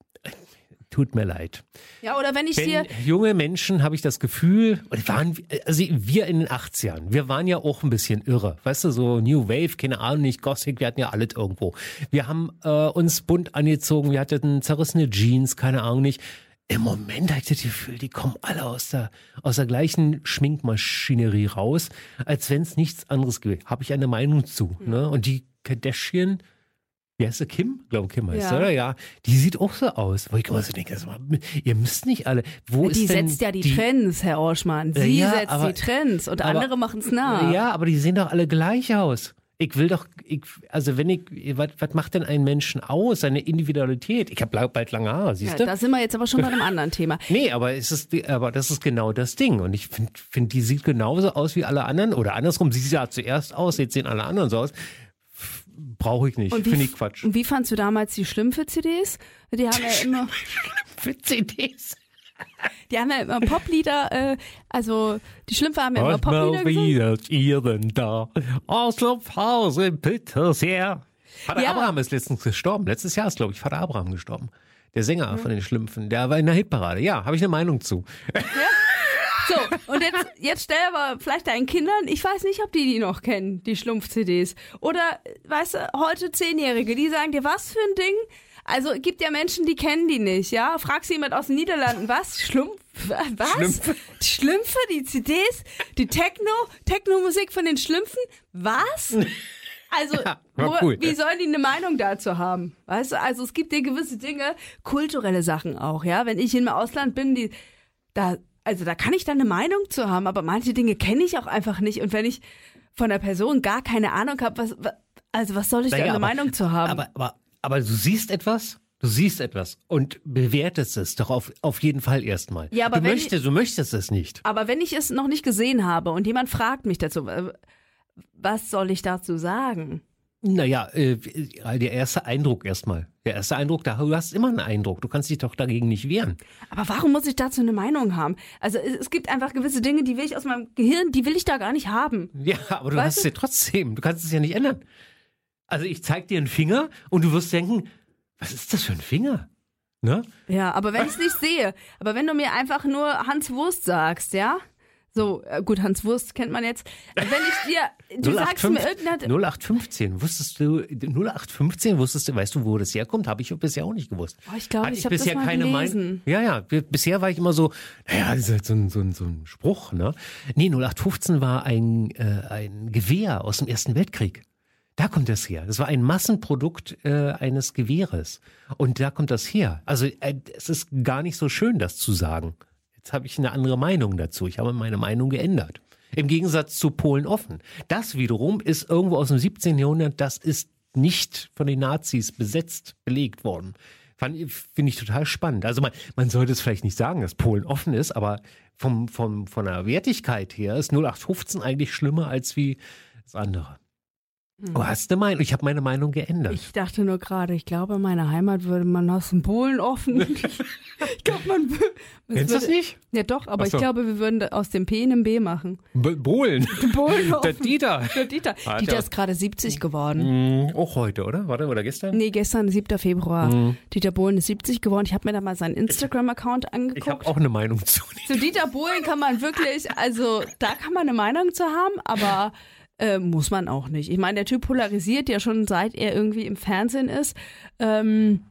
tut mir leid. Ja, oder wenn ich Wenn dir... junge Menschen, habe ich das Gefühl, und waren, also wir in den achtzigern, wir waren ja auch ein bisschen irre. Weißt du, so New Wave, keine Ahnung nicht, Gothic, wir hatten ja alles irgendwo. Wir haben äh, uns bunt angezogen, wir hatten zerrissene Jeans, keine Ahnung nicht. Im Moment habe ich das Gefühl, die kommen alle aus der, aus der gleichen Schminkmaschinerie raus, als wenn es nichts anderes gibt. Habe ich eine Meinung zu. Mhm. Ne? Und die Kardashian, wie heißt sie? Kim? Ich glaube, Kim heißt sie, ja. oder? Ja. Die sieht auch so aus. Wo ich immer so denke, also, ihr müsst nicht alle. Wo die ist denn setzt ja die, die Trends, Herr Orschmann. Sie ja, setzt aber, die Trends und aber, andere machen es nach. Ja, aber die sehen doch alle gleich aus. Ich will doch, ich, also wenn ich, was, was macht denn einen Menschen aus? Seine Individualität? Ich habe bald lange Haare, siehst du? Ja, da sind wir jetzt aber schon bei einem anderen Thema. Nee, aber, es ist, aber das ist genau das Ding. Und ich finde, find, die sieht genauso aus wie alle anderen. Oder andersrum, sie sah zuerst aus, jetzt sehen alle anderen so aus. Brauche ich nicht, finde ich Quatsch. Und wie fandst du damals die Schlümpfe-C Ds? Die haben ja immer... Schlümpfe-C Ds? Die haben ja immer Poplieder, äh, also die Schlümpfe haben ja immer Was Poplieder gesungen. wie seid ihr denn da? Aus Lufthausen, bitte sehr. Vater Ja. Abraham ist letztens gestorben. Letztes Jahr ist, glaube ich, Vater Abraham gestorben. Der Sänger ja. von den Schlümpfen. Der war in der Hitparade. Ja, habe ich eine Meinung zu. Ja? So, und jetzt, jetzt stell aber vielleicht deinen Kindern, ich weiß nicht, ob die die noch kennen, die Schlumpf-C Ds. Oder, weißt du, heute Zehnjährige, die sagen dir, was für ein Ding? Also, gibt ja Menschen, die kennen die nicht, ja? Fragst du jemand aus den Niederlanden, was? Schlumpf? Was? Schlümpfe. Die Schlümpfe, die C Ds, die Techno, Techno-Musik von den Schlümpfen? Was? Also, Ja, wo, cool. wie sollen die eine Meinung dazu haben? Weißt du, also es gibt ja gewisse Dinge, kulturelle Sachen auch, ja? Wenn ich im Ausland bin, die, da, also da kann ich dann eine Meinung zu haben, aber manche Dinge kenne ich auch einfach nicht. Und wenn ich von der Person gar keine Ahnung habe, was, also was soll ich Naja, da eine aber, Meinung zu haben? Aber, aber, aber du siehst etwas, du siehst etwas und bewertest es doch auf, auf jeden Fall erstmal. Ja, aber du, wenn möchtest, ich- du möchtest es nicht. Aber wenn ich es noch nicht gesehen habe und jemand fragt mich dazu, äh, was soll ich dazu sagen? Naja, äh, der erste Eindruck erstmal. Der erste Eindruck, da, du hast immer einen Eindruck. Du kannst dich doch dagegen nicht wehren. Aber warum muss ich dazu eine Meinung haben? Also es, es gibt einfach gewisse Dinge, die will ich aus meinem Gehirn, die will ich da gar nicht haben. Ja, aber du Weißt hast es du? ja trotzdem. Du kannst es ja nicht ändern. Also ich zeig dir einen Finger und du wirst denken, was ist das für ein Finger? Ne? Ja, aber wenn ich es nicht sehe, aber wenn du mir einfach nur Hans Wurst sagst, ja? So, äh, gut, Hans Wurst kennt man jetzt. Wenn ich dir, du sagst mir irgendeine... null acht fünfzehn, wusstest du, null acht fünfzehn, wusstest du, weißt du, wo das herkommt? Habe ich bisher auch nicht gewusst. Oh, ich glaube, Hatte ich habe das mal keine gelesen. Meinung. Ja, ja, b- bisher war ich immer so, naja, das ist halt so ein, so ein, so ein Spruch, ne? Nee, null acht fünfzehn war ein, äh, ein Gewehr aus dem Ersten Weltkrieg. Da kommt das her. Das war ein Massenprodukt äh, eines Gewehres. Und da kommt das her. Also äh, es ist gar nicht so schön, das zu sagen. Jetzt habe ich eine andere Meinung dazu. Ich habe meine Meinung geändert. Im Gegensatz zu Polen offen. Das wiederum ist irgendwo aus dem siebzehnten Jahrhundert, das ist nicht von den Nazis besetzt, belegt worden. Finde ich total spannend. Also man, man sollte es vielleicht nicht sagen, dass Polen offen ist, aber vom, vom, von der Wertigkeit her ist null acht fünfzehn eigentlich schlimmer als wie das andere. Du hast eine Meinung. Ich habe meine Meinung geändert. Ich dachte nur gerade, ich glaube, in meiner Heimat würde man aus dem Polen offen. Ich glaube, man würde... Kennst du das nicht? Ja doch, aber Ach so. ich glaube, wir würden aus dem P einen B machen. B- Bohlen. Polen Der offen. Dieter. Der Dieter. Hat Dieter er- ist gerade siebzig geworden. Mm, auch heute, oder? Warte, oder gestern? Nee, gestern, siebter Februar. Mhm. Dieter Bohlen ist siebzig geworden. Ich habe mir da mal seinen Instagram-Account Ich habe angeguckt. auch eine Meinung zu. Zu Dieter Bohlen kann man wirklich, also da kann man eine Meinung zu haben, aber äh, muss man auch nicht. Ich meine, der Typ polarisiert ja schon seit er irgendwie im Fernsehen ist. Ähm,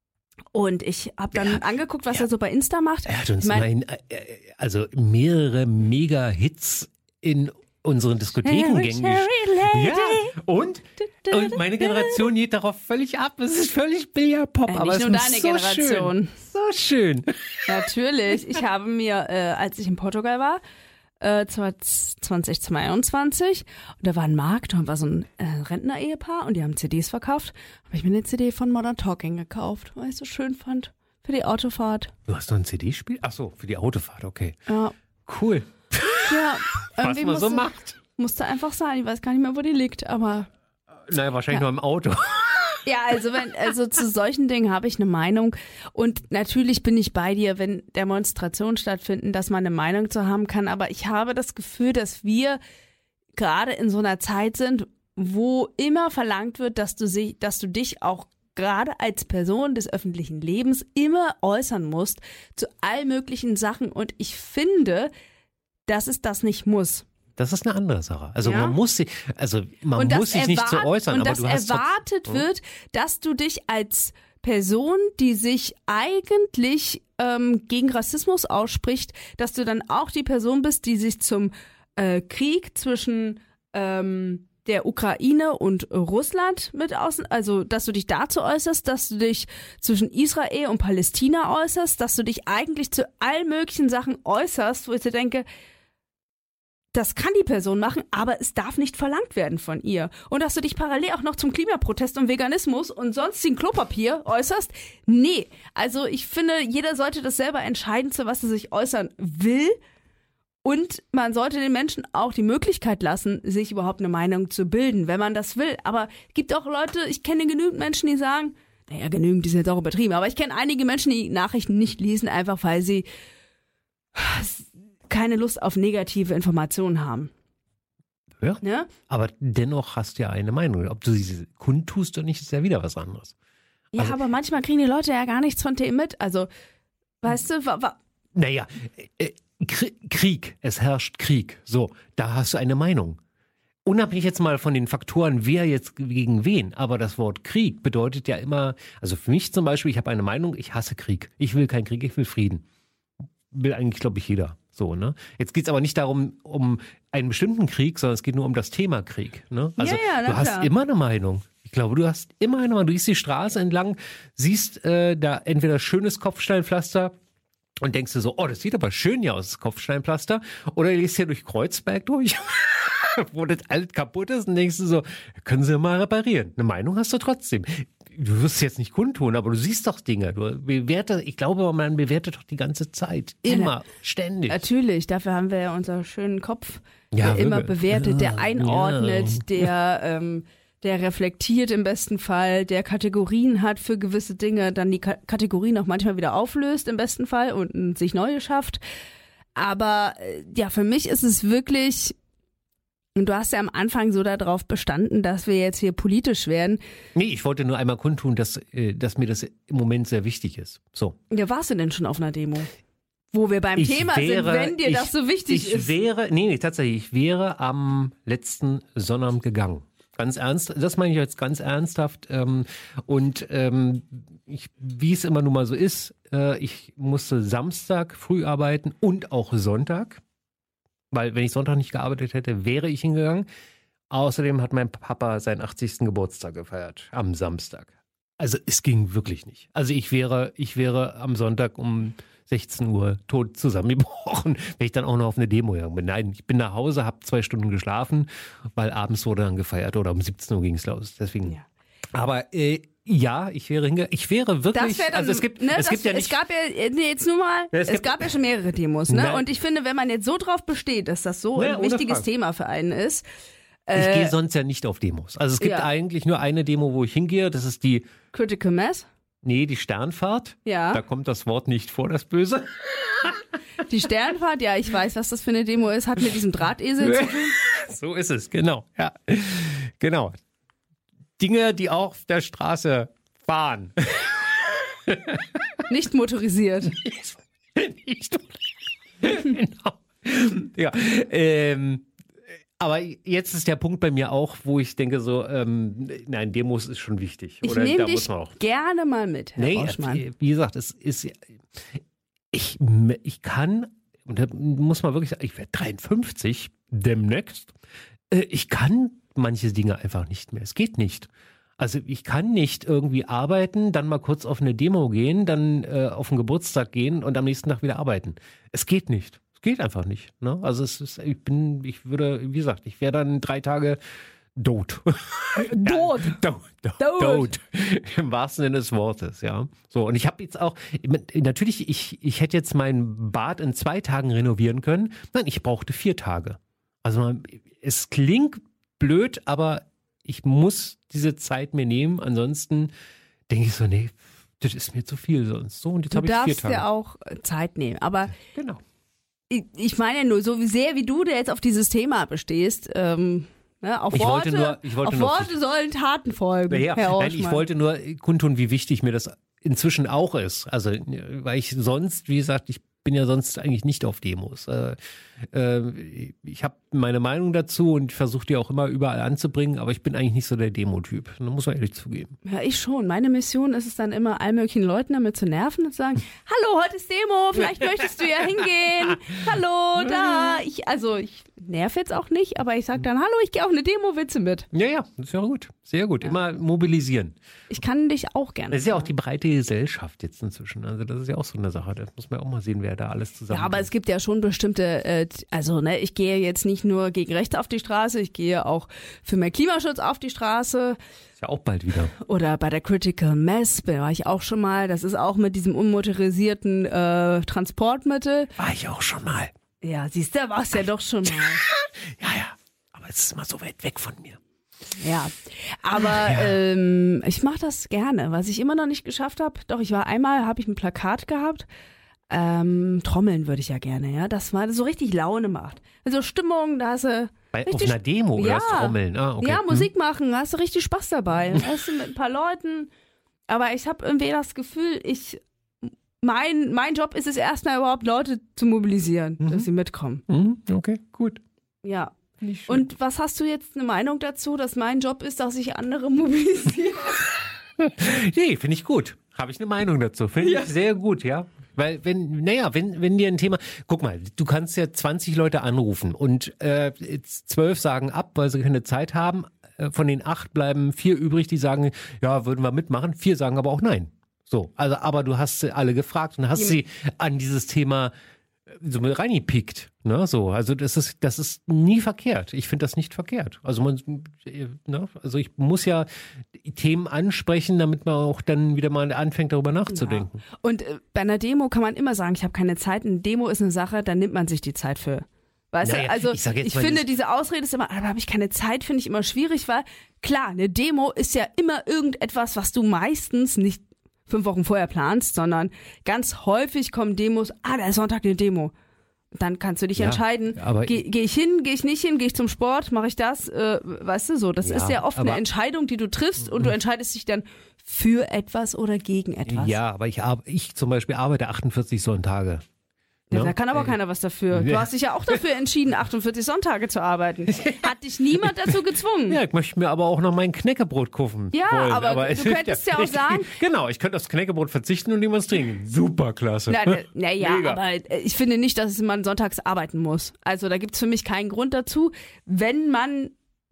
und ich habe dann Ja, angeguckt, was ja. er so bei Insta macht. Er hat uns Ich mein- immerhin, äh, äh, also mehrere Mega-Hits in unseren Diskothekengängen Cherry, gesch- Cherry Ja, und? Und meine Generation geht darauf völlig ab. Es ist völlig Billardpop, Äh, aber nicht es nur ist deine so Generation. schön. So schön. Natürlich. Ich habe mir, äh, als ich in Portugal war, äh, zwanzig zweiundzwanzig, und da war ein Markt, da war so ein äh, Rentner-Ehepaar und die haben C Ds verkauft. Habe ich mir eine C D von Modern Talking gekauft, weil ich so schön fand. Für die Autofahrt. Du hast noch ein C D-Spiel? Ach so, für die Autofahrt, okay. Ja. Cool. Ja, Was irgendwie man so musste, macht. musste einfach sein. Ich weiß gar nicht mehr, wo die liegt, aber. Naja, wahrscheinlich Ja. nur im Auto. Ja, also wenn, also zu solchen Dingen habe ich eine Meinung. Und natürlich bin ich bei dir, wenn Demonstrationen stattfinden, dass man eine Meinung zu haben kann. Aber ich habe das Gefühl, dass wir gerade in so einer Zeit sind, wo immer verlangt wird, dass du, sie, dass du dich auch gerade als Person des öffentlichen Lebens immer äußern musst zu all möglichen Sachen. Und ich finde, dass es das nicht muss. Das ist eine andere Sache. Also Ja. man muss sich, also man und muss sich nicht so erwart- äußern, und aber dass du hast erwartet trotz- wird, dass du dich als Person, die sich eigentlich ähm, gegen Rassismus ausspricht, dass du dann auch die Person bist, die sich zum äh, Krieg zwischen ähm, der Ukraine und Russland mit außen, also dass du dich dazu äußerst, dass du dich zwischen Israel und Palästina äußerst, dass du dich eigentlich zu allen möglichen Sachen äußerst, wo ich dir denke, das kann die Person machen, aber es darf nicht verlangt werden von ihr. Und dass du dich parallel auch noch zum Klimaprotest und Veganismus und sonstigen Klopapier äußerst? Nee. Also ich finde, jeder sollte das selber entscheiden, zu was er sich äußern will. Und man sollte den Menschen auch die Möglichkeit lassen, sich überhaupt eine Meinung zu bilden, wenn man das will. Aber es gibt auch Leute, ich kenne genügend Menschen, die sagen, naja, genügend ist jetzt auch übertrieben, aber ich kenne einige Menschen, die Nachrichten nicht lesen, einfach weil sie keine Lust auf negative Informationen haben. Ja. Ne? Aber dennoch hast du ja eine Meinung. Ob du sie kundtust oder nicht, ist ja wieder was anderes. Ja, Also- aber manchmal kriegen die Leute ja gar nichts von dem mit. Also, weißt du, wa, wa, Naja, äh, Krie- Krieg, es herrscht Krieg. So, da hast du eine Meinung. Unabhängig jetzt mal von den Faktoren, wer jetzt gegen wen, aber das Wort Krieg bedeutet ja immer, also für mich zum Beispiel, ich habe eine Meinung, ich hasse Krieg. Ich will keinen Krieg, ich will Frieden. Will eigentlich, glaube ich, jeder. So, ne? Jetzt geht's aber nicht darum, um einen bestimmten Krieg, sondern es geht nur um das Thema Krieg. Ne? Also Ja, ja, na du hast klar. immer eine Meinung. Ich glaube, du hast immer eine Meinung. Du gehst die Straße entlang, siehst äh, da entweder schönes Kopfsteinpflaster und denkst dir so, oh, das sieht aber schön hier aus, das Kopfsteinpflaster. Oder du gehst hier durch Kreuzberg durch, wo das alles kaputt ist und denkst du so, können sie mal reparieren. Eine Meinung hast du trotzdem. Du wirst es jetzt nicht kundtun, aber du siehst doch Dinge. Du bewertest, ich glaube, man bewertet doch die ganze Zeit. Immer, ständig. natürlich, dafür haben wir ja unseren schönen Kopf, Ja, der immer wirklich. bewertet, der Ja, einordnet, ja. der, ähm, der reflektiert im besten Fall, der Kategorien hat für gewisse Dinge, dann die Ka- Kategorien auch manchmal wieder auflöst im besten Fall und sich neue schafft. Aber äh, ja, für mich ist es wirklich, und du hast ja am Anfang so darauf bestanden, dass wir jetzt hier politisch werden. Nee, ich wollte nur einmal kundtun, dass, äh, dass mir das im Moment sehr wichtig ist. So. Ja, warst du denn schon auf einer Demo? Wo wir beim Ich Thema wäre, sind, wenn dir ich, das so wichtig ich ist. Ich wäre, nee, nee, tatsächlich, ich wäre am letzten Sonnabend gegangen. Ganz ernst, das meine ich jetzt ganz ernsthaft. Ähm, und ähm, ich, wie es immer nun mal so ist, äh, ich musste Samstag früh arbeiten und auch Sonntag. Weil wenn ich Sonntag nicht gearbeitet hätte, wäre ich hingegangen. Außerdem hat mein Papa seinen achtzigsten Geburtstag gefeiert am Samstag. Also es ging wirklich nicht. Also ich wäre, ich wäre am Sonntag um sechzehn Uhr tot zusammengebrochen, wenn ich dann auch noch auf eine Demo gegangen bin. Nein, ich bin nach Hause, habe zwei Stunden geschlafen, weil abends wurde dann gefeiert oder um siebzehn Uhr ging es los. Deswegen. Ja. Aber äh, ja, ich wäre hingegangen. Ich wäre wirklich. Das wär dann, also es gibt, ne, es das, gibt ja nicht. Es gab ja nee, jetzt nur mal. Es Es, gibt- gab ja schon mehrere Demos, ne? Nein. Und ich finde, wenn man jetzt so drauf besteht, dass das so Ja, ein ohne wichtiges Frage. Thema für einen ist. Ich Äh, gehe sonst ja nicht auf Demos. Also es gibt ja. eigentlich nur eine Demo, wo ich hingehe. Das ist die, Critical Mass. nee, die Sternfahrt. Ja. Da kommt das Wort nicht vor, das Böse. Die Sternfahrt, ja, ich weiß, was das für eine Demo ist, hat mit diesem Drahtesel zu tun. So ist es, genau. Ja, genau. Dinge, die auch auf der Straße fahren. Nicht motorisiert. Nicht. Genau. Ja, ähm, aber jetzt ist der Punkt bei mir auch, wo ich denke so, ähm, nein, Demos ist schon wichtig. Ich Oder nehme da dich muss man auch. gerne mal mit, Herr Nee, Rauschmann. wie gesagt, es ist, ich, ich kann, und da muss man wirklich sagen, ich werde dreiundfünfzig demnächst, äh, ich kann manche Dinge einfach nicht mehr. Es geht nicht. Also ich kann nicht irgendwie arbeiten, dann mal kurz auf eine Demo gehen, dann äh, auf einen Geburtstag gehen und am nächsten Tag wieder arbeiten. Es geht nicht. Es geht einfach nicht. Ne? Also es ist, ich bin, ich würde, wie gesagt, ich wäre dann drei Tage tot. Tot. Tot. Tot. Tot. Tot. Im wahrsten Sinne des Wortes, ja. So, und ich habe jetzt auch, natürlich, ich, ich hätte jetzt mein Bad in zwei Tagen renovieren können. Nein, ich brauchte vier Tage. Also man, es klingt blöd, aber ich muss diese Zeit mir nehmen. Ansonsten denke ich so, nee, das ist mir zu viel sonst. So, und jetzt Du habe ich vier darfst Tage. dir auch äh, Zeit nehmen. Aber Genau. ich, ich meine ja nur, so wie sehr wie du da jetzt auf dieses Thema bestehst, ähm, ne, auf Ich Worte, wollte nur- ich wollte auf nur- Worte sollen Taten folgen, Ja, Herr nein, ich Rauschmann. wollte nur kundtun, wie wichtig mir das inzwischen auch ist. Also, weil ich sonst, wie gesagt, ich bin ja sonst eigentlich nicht auf Demos. Äh, äh, ich habe meine Meinung dazu und versuche die auch immer überall anzubringen, aber ich bin eigentlich nicht so der Demo-Typ. Da muss man ehrlich zugeben. Ja, ich schon. Meine Mission ist es dann immer, all möglichen Leuten damit zu nerven und zu sagen, hallo, heute ist Demo, vielleicht möchtest du ja hingehen. Hallo, da. Ich, also ich nerv jetzt auch nicht, aber ich sage dann, hallo, ich gehe auf eine Demo, willst du mit? Ja, ja, das ist ja gut. Sehr gut. Immer mobilisieren. Ich kann dich auch gerne. Das ist ja auch die breite Gesellschaft jetzt inzwischen. Also das ist ja auch so eine Sache. Das muss man auch mal sehen, wer da alles zusammen. Ja, aber es gibt ja schon bestimmte, äh, also ne, ich gehe jetzt nicht nur gegen rechts auf die Straße, ich gehe auch für mehr Klimaschutz auf die Straße ist ja auch bald wieder. oder bei der Critical Mass war ich auch schon mal. Das ist auch mit diesem unmotorisierten äh, Transportmittel. War ich auch schon mal. Ja, siehst du, da warst du ja doch schon mal. Ja, ja. Aber es ist immer so weit weg von mir. Ja, aber ähm, ich mache das gerne. Was ich immer noch nicht geschafft habe, doch ich war einmal, habe ich ein Plakat gehabt. Ähm, Trommeln würde ich ja gerne, ja. Das mal so richtig Laune macht. Also Stimmung, da hast du Bei, auf richtig, einer Demo oder ja. das Trommeln? Ah, okay. ja, Hm. Musik machen, da hast du richtig Spaß dabei. Dann hast du mit ein paar Leuten. Aber ich habe irgendwie das Gefühl, ich mein, mein Job ist es erstmal überhaupt Leute zu mobilisieren, Mhm. dass sie mitkommen. Mhm, okay, gut. Ja. Nicht schön. Und was hast du jetzt eine Meinung dazu, dass mein Job ist, dass ich andere mobilisiere? Nee, finde ich gut. Habe ich eine Meinung dazu. Finde ich sehr gut, ja. Weil wenn, naja, wenn, wenn dir ein Thema, guck mal, du kannst ja zwanzig Leute anrufen und äh, jetzt zwölf sagen ab, weil sie keine Zeit haben. Äh, Von den acht bleiben vier übrig, die sagen, ja, würden wir mitmachen. Vier sagen aber auch nein. So, also, aber du hast sie alle gefragt und hast Ja. sie an dieses Thema so mit reingepickt. Ne, so, also das ist, das ist nie verkehrt. Ich finde das nicht verkehrt. Also man, ne, also ich muss ja Themen ansprechen, damit man auch dann wieder mal anfängt, darüber nachzudenken. Und äh, bei einer Demo kann man immer sagen, ich habe keine Zeit. Eine Demo ist eine Sache, da nimmt man sich die Zeit für. Weißt Naja, du, also ich sag jetzt ich mal, finde, das- diese Ausrede ist immer, aber habe ich keine Zeit, finde ich immer schwierig, weil klar, eine Demo ist ja immer irgendetwas, was du meistens nicht fünf Wochen vorher planst, sondern ganz häufig kommen Demos, ah, da ist Sonntag eine Demo. Dann kannst du dich Ja, entscheiden, aber- gehe geh ich hin, gehe ich nicht hin, gehe ich zum Sport, mache ich das, äh, weißt du so. Das Ja, ist ja oft eine aber- Entscheidung, die du triffst und du entscheidest dich dann für etwas oder gegen etwas. Ja, aber ich, ar- ich zum Beispiel arbeite achtundvierzig Sonntage. Ja, Ne? da kann aber Äh, keiner was dafür. Du ja. hast dich ja auch dafür entschieden, achtundvierzig Sonntage zu arbeiten. Hat dich niemand dazu gezwungen. Ja, ich möchte mir aber auch noch mein Knäckebrot kaufen. Ja, wollen. aber es du hilft könntest ja auch sagen- Genau, ich könnte aufs Knäckebrot verzichten und jemals trinken. Super klasse. Na, na ja, Mega. aber äh, ich finde nicht, dass man sonntags arbeiten muss. Also da gibt es für mich keinen Grund dazu, wenn man,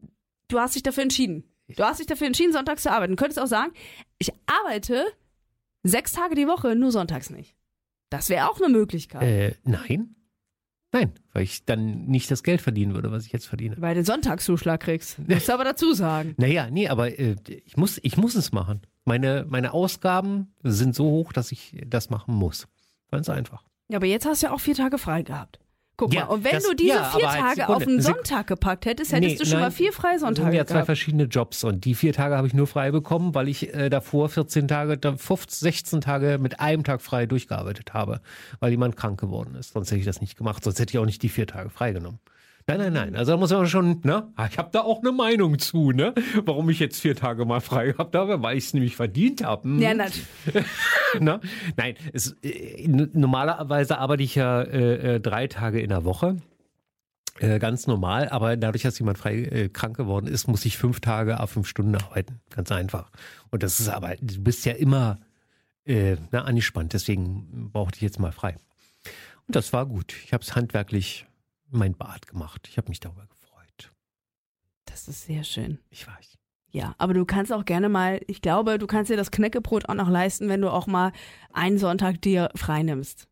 du hast dich dafür entschieden. Du hast dich dafür entschieden, sonntags zu arbeiten. Du könntest auch sagen, ich arbeite sechs Tage die Woche, nur sonntags nicht. Das wäre auch eine Möglichkeit. Äh, nein. Nein, weil ich dann nicht das Geld verdienen würde, was ich jetzt verdiene. Weil du den Sonntagszuschlag kriegst. Musst du aber dazu sagen. Naja, nee, aber äh, ich, muss, ich muss es machen. Meine, meine Ausgaben sind so hoch, dass ich das machen muss. Ganz einfach. Ja, aber jetzt hast du ja auch vier Tage frei gehabt. Guck Ja, mal, und wenn das- du diese ja, vier aber halt Tage Sekunde, auf einen Sek- Sonntag gepackt hättest, hättest Nee, du schon nein, mal vier Das Freisonntage sind ja zwei gehabt. verschiedene Jobs und die vier Tage habe ich nur frei bekommen, weil ich äh, davor vierzehn Tage, da fünfzehn, sechzehn Tage mit einem Tag frei durchgearbeitet habe, weil jemand krank geworden ist. Sonst hätte ich das nicht gemacht, sonst hätte ich auch nicht die vier Tage freigenommen. Nein, nein, nein. Also da muss man schon, ne? Ich habe da auch eine Meinung zu, ne? Warum ich jetzt vier Tage mal frei gehabt habe, weil ich es nämlich verdient habe. Hm? Ja, natürlich. Ne? Nein, es, äh, n- normalerweise arbeite ich ja äh, äh, drei Tage in der Woche. Äh, ganz normal, aber dadurch, dass jemand frei äh, krank geworden ist, muss ich fünf Tage auf fünf Stunden arbeiten. Ganz einfach. Und das ist aber, du bist ja immer äh, na, angespannt, deswegen brauchte ich jetzt mal frei. Und das war gut. Ich habe es handwerklich mein Bad gemacht. Ich habe mich darüber gefreut. Das ist sehr schön. Ich weiß. Ja, aber du kannst auch gerne mal, ich glaube, du kannst dir das Knäckebrot auch noch leisten, wenn du auch mal einen Sonntag dir frei nimmst.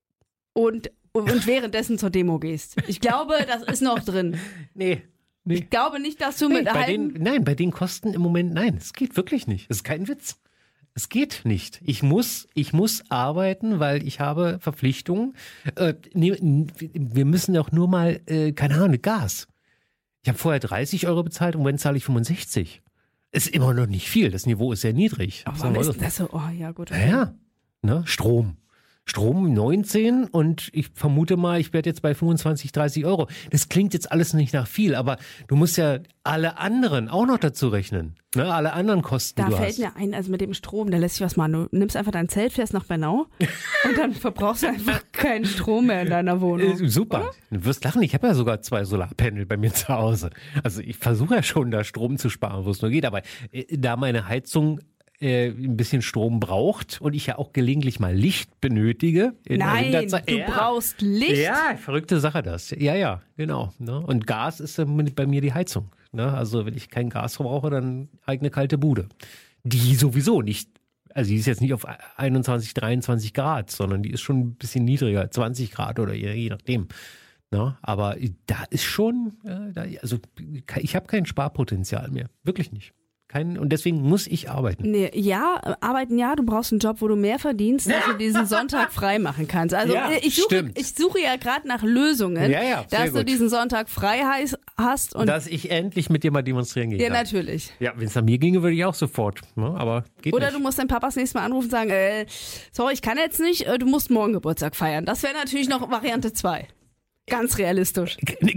Und, und währenddessen zur Demo gehst. Ich glaube, das ist noch drin. Nee, nee. Ich glaube nicht, dass du Nee, mit bei halben... den, nein, bei den Kosten im Moment, nein, es geht wirklich nicht. Es ist kein Witz. Es geht nicht. Ich muss, ich muss arbeiten, weil ich habe Verpflichtungen. Äh, nee, wir müssen doch nur mal, äh, keine Ahnung, Gas. Ich habe vorher dreißig Euro bezahlt und im Moment zahle ich fünfundsechzig. Ist immer noch nicht viel. Das Niveau ist sehr niedrig. Oh, Sagen warum wir ist so. denn das so? Oh ja, gut. Ja, ja. Ne? Strom. Strom neunzehn und ich vermute mal, ich werde jetzt bei fünfundzwanzig, dreißig Euro. Das klingt jetzt alles nicht nach viel, aber du musst ja alle anderen auch noch dazu rechnen. Ne? Alle anderen Kosten, Da die du fällt hast. mir ein, also mit dem Strom, da lässt sich was machen. Du nimmst einfach dein Zelt, fährst nach Bernau und dann verbrauchst du einfach keinen Strom mehr in deiner Wohnung. Äh, super. Du wirst lachen, ich habe ja sogar zwei Solarpanel bei mir zu Hause. Also ich versuche ja schon, da Strom zu sparen, wo es nur geht. Aber äh, da meine Heizung äh, ein bisschen Strom braucht und ich ja auch gelegentlich mal Licht benötige. In der Nein, Winterzeit- du ja. brauchst Licht. Ja, verrückte Sache das. Ja, ja, genau. Ne? Und Gas ist äh, bei mir die Heizung. Ne? Also wenn ich kein Gas verbrauche, dann eigene kalte Bude. Die sowieso nicht, also die ist jetzt nicht auf einundzwanzig, dreiundzwanzig Grad, sondern die ist schon ein bisschen niedriger, zwanzig Grad oder je, je nachdem. Ne? Aber da ist schon, äh, da, also ich habe kein Sparpotenzial mehr. Wirklich nicht. Kein, und deswegen muss ich arbeiten. Nee, ja, arbeiten ja, du brauchst einen Job, wo du mehr verdienst, dass du diesen Sonntag frei machen kannst. Also Ja, ich, suche, stimmt. ich suche ja gerade nach Lösungen, Ja, ja, sehr dass du gut. diesen Sonntag frei heiß- hast. Und Dass ich endlich mit dir mal demonstrieren gehen ja, kann. natürlich. Ja, wenn es an mir ginge, würde ich auch sofort. Ne? Aber geht Oder nicht. du musst deinen Papa das nächste Mal anrufen und sagen, äh, sorry, ich kann jetzt nicht, äh, du musst morgen Geburtstag feiern. Das wäre natürlich noch Variante zwei. Ganz realistisch.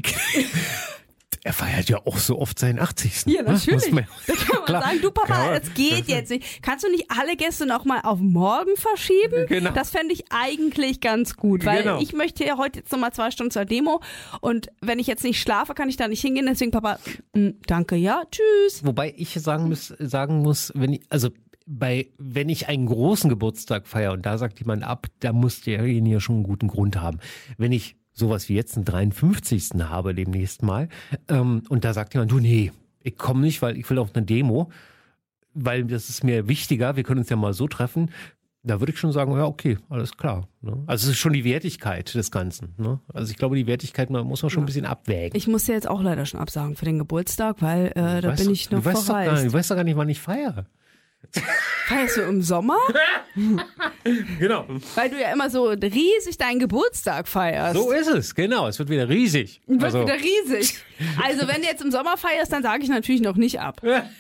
Er feiert ja auch so oft seinen achtzigsten Ja, ne? natürlich. Muss man- Da kann man Klar. sagen, du Papa, Klar. das geht jetzt nicht. Kannst du nicht alle Gäste noch mal auf morgen verschieben? Genau. Das fände ich eigentlich ganz gut, weil Genau. ich möchte ja heute jetzt noch mal zwei Stunden zur Demo und wenn ich jetzt nicht schlafe, kann ich da nicht hingehen. Deswegen, Papa, mh, danke, ja, tschüss. Wobei ich sagen muss, sagen muss, wenn ich, also bei, wenn ich einen großen Geburtstag feiere und da sagt jemand ab, da muss derjenige schon einen guten Grund haben. Wenn ich sowas wie jetzt einen dreiundfünfzigsten habe demnächst mal ähm, und da sagt jemand, du nee, ich komme nicht, weil ich will auf eine Demo, weil das ist mir wichtiger, wir können uns ja mal so treffen, da würde ich schon sagen, ja okay, alles klar. Ne? Also es ist schon die Wertigkeit des Ganzen. Ne? Also ich glaube, die Wertigkeit man muss man schon ein bisschen abwägen. Ich muss ja jetzt auch leider schon absagen für den Geburtstag, weil äh, da Weißt bin du- ich noch du weißt doch gar nicht, verreist. du weißt doch gar nicht, wann ich feiere. Feierst du im Sommer? Genau. Weil du ja immer so riesig deinen Geburtstag feierst. So ist es, genau. Es wird wieder riesig. Wird Also- wieder riesig. Also wenn du jetzt im Sommer feierst, dann sage ich natürlich noch nicht ab.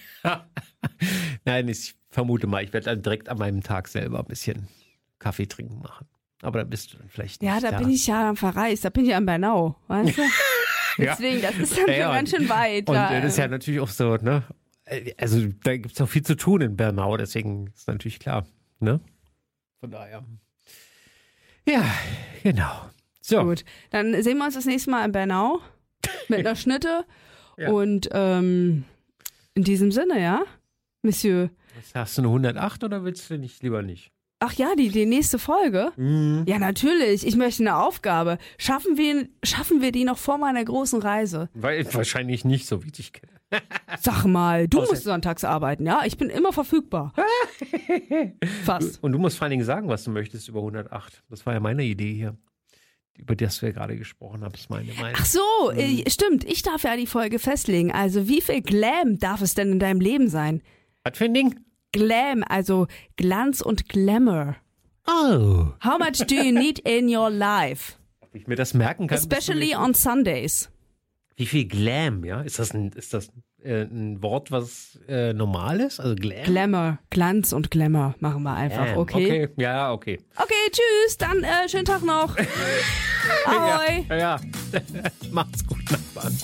Nein, ich vermute mal, ich werde dann direkt an meinem Tag selber ein bisschen Kaffee trinken machen. Aber da bist du dann vielleicht nicht Ja, da da. bin ich ja verreist, da bin ich ja in Bernau, weißt du? Ja. Deswegen, das ist dann Ja, schon ja, ganz schön weit. Und da. äh, das ist ja natürlich auch so, ne? Also da gibt es noch viel zu tun in Bernau, deswegen ist natürlich klar, ne? Von daher. Ja, genau. So. Gut, dann sehen wir uns das nächste Mal in Bernau mit einer Schnitte. Ja. Und ähm, in diesem Sinne, ja, Monsieur. Hast du eine hundertacht oder willst du nicht lieber nicht? Ach ja, die, die nächste Folge? Mhm. Ja, natürlich. Ich möchte eine Aufgabe. Schaffen wir, schaffen wir die noch vor meiner großen Reise? Weil wahrscheinlich nicht, so wie ich dich kenne. Sag mal, du Außer- musst sonntags arbeiten, ja? Ich bin immer verfügbar. Fast. Und du musst vor allen Dingen sagen, was du möchtest über hundertacht. Das war ja meine Idee hier, über das wir gerade gesprochen haben. Das ist meine Meinung. Ach so, äh, stimmt. Ich darf ja die Folge festlegen. Also wie viel Glam darf es denn in deinem Leben sein? Was für ein Ding? Glam, also Glanz und Glamour. Oh. How much do you need in your life? Ob ich mir das merken kann. Especially on Sundays. Wie viel Glam, ja? Ist das ein, ist das äh, ein Wort, was äh, normal ist? Also Glam? Glamour, Glanz und Glamour machen wir einfach, Glam, okay? Okay, ja, okay. Okay, tschüss, dann äh, schönen Tag noch. Ahoi. Ja, ja. Macht's gut, Nachbarn.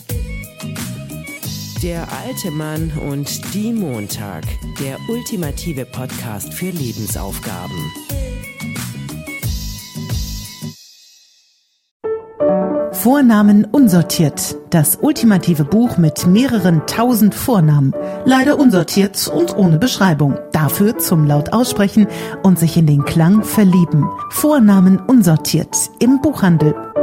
Der alte Mann und die Montag. Der ultimative Podcast für Lebensaufgaben. Vornamen unsortiert. Das ultimative Buch mit mehreren tausend Vornamen. Leider unsortiert und ohne Beschreibung. Dafür zum laut aussprechen und sich in den Klang verlieben. Vornamen unsortiert. Im Buchhandel.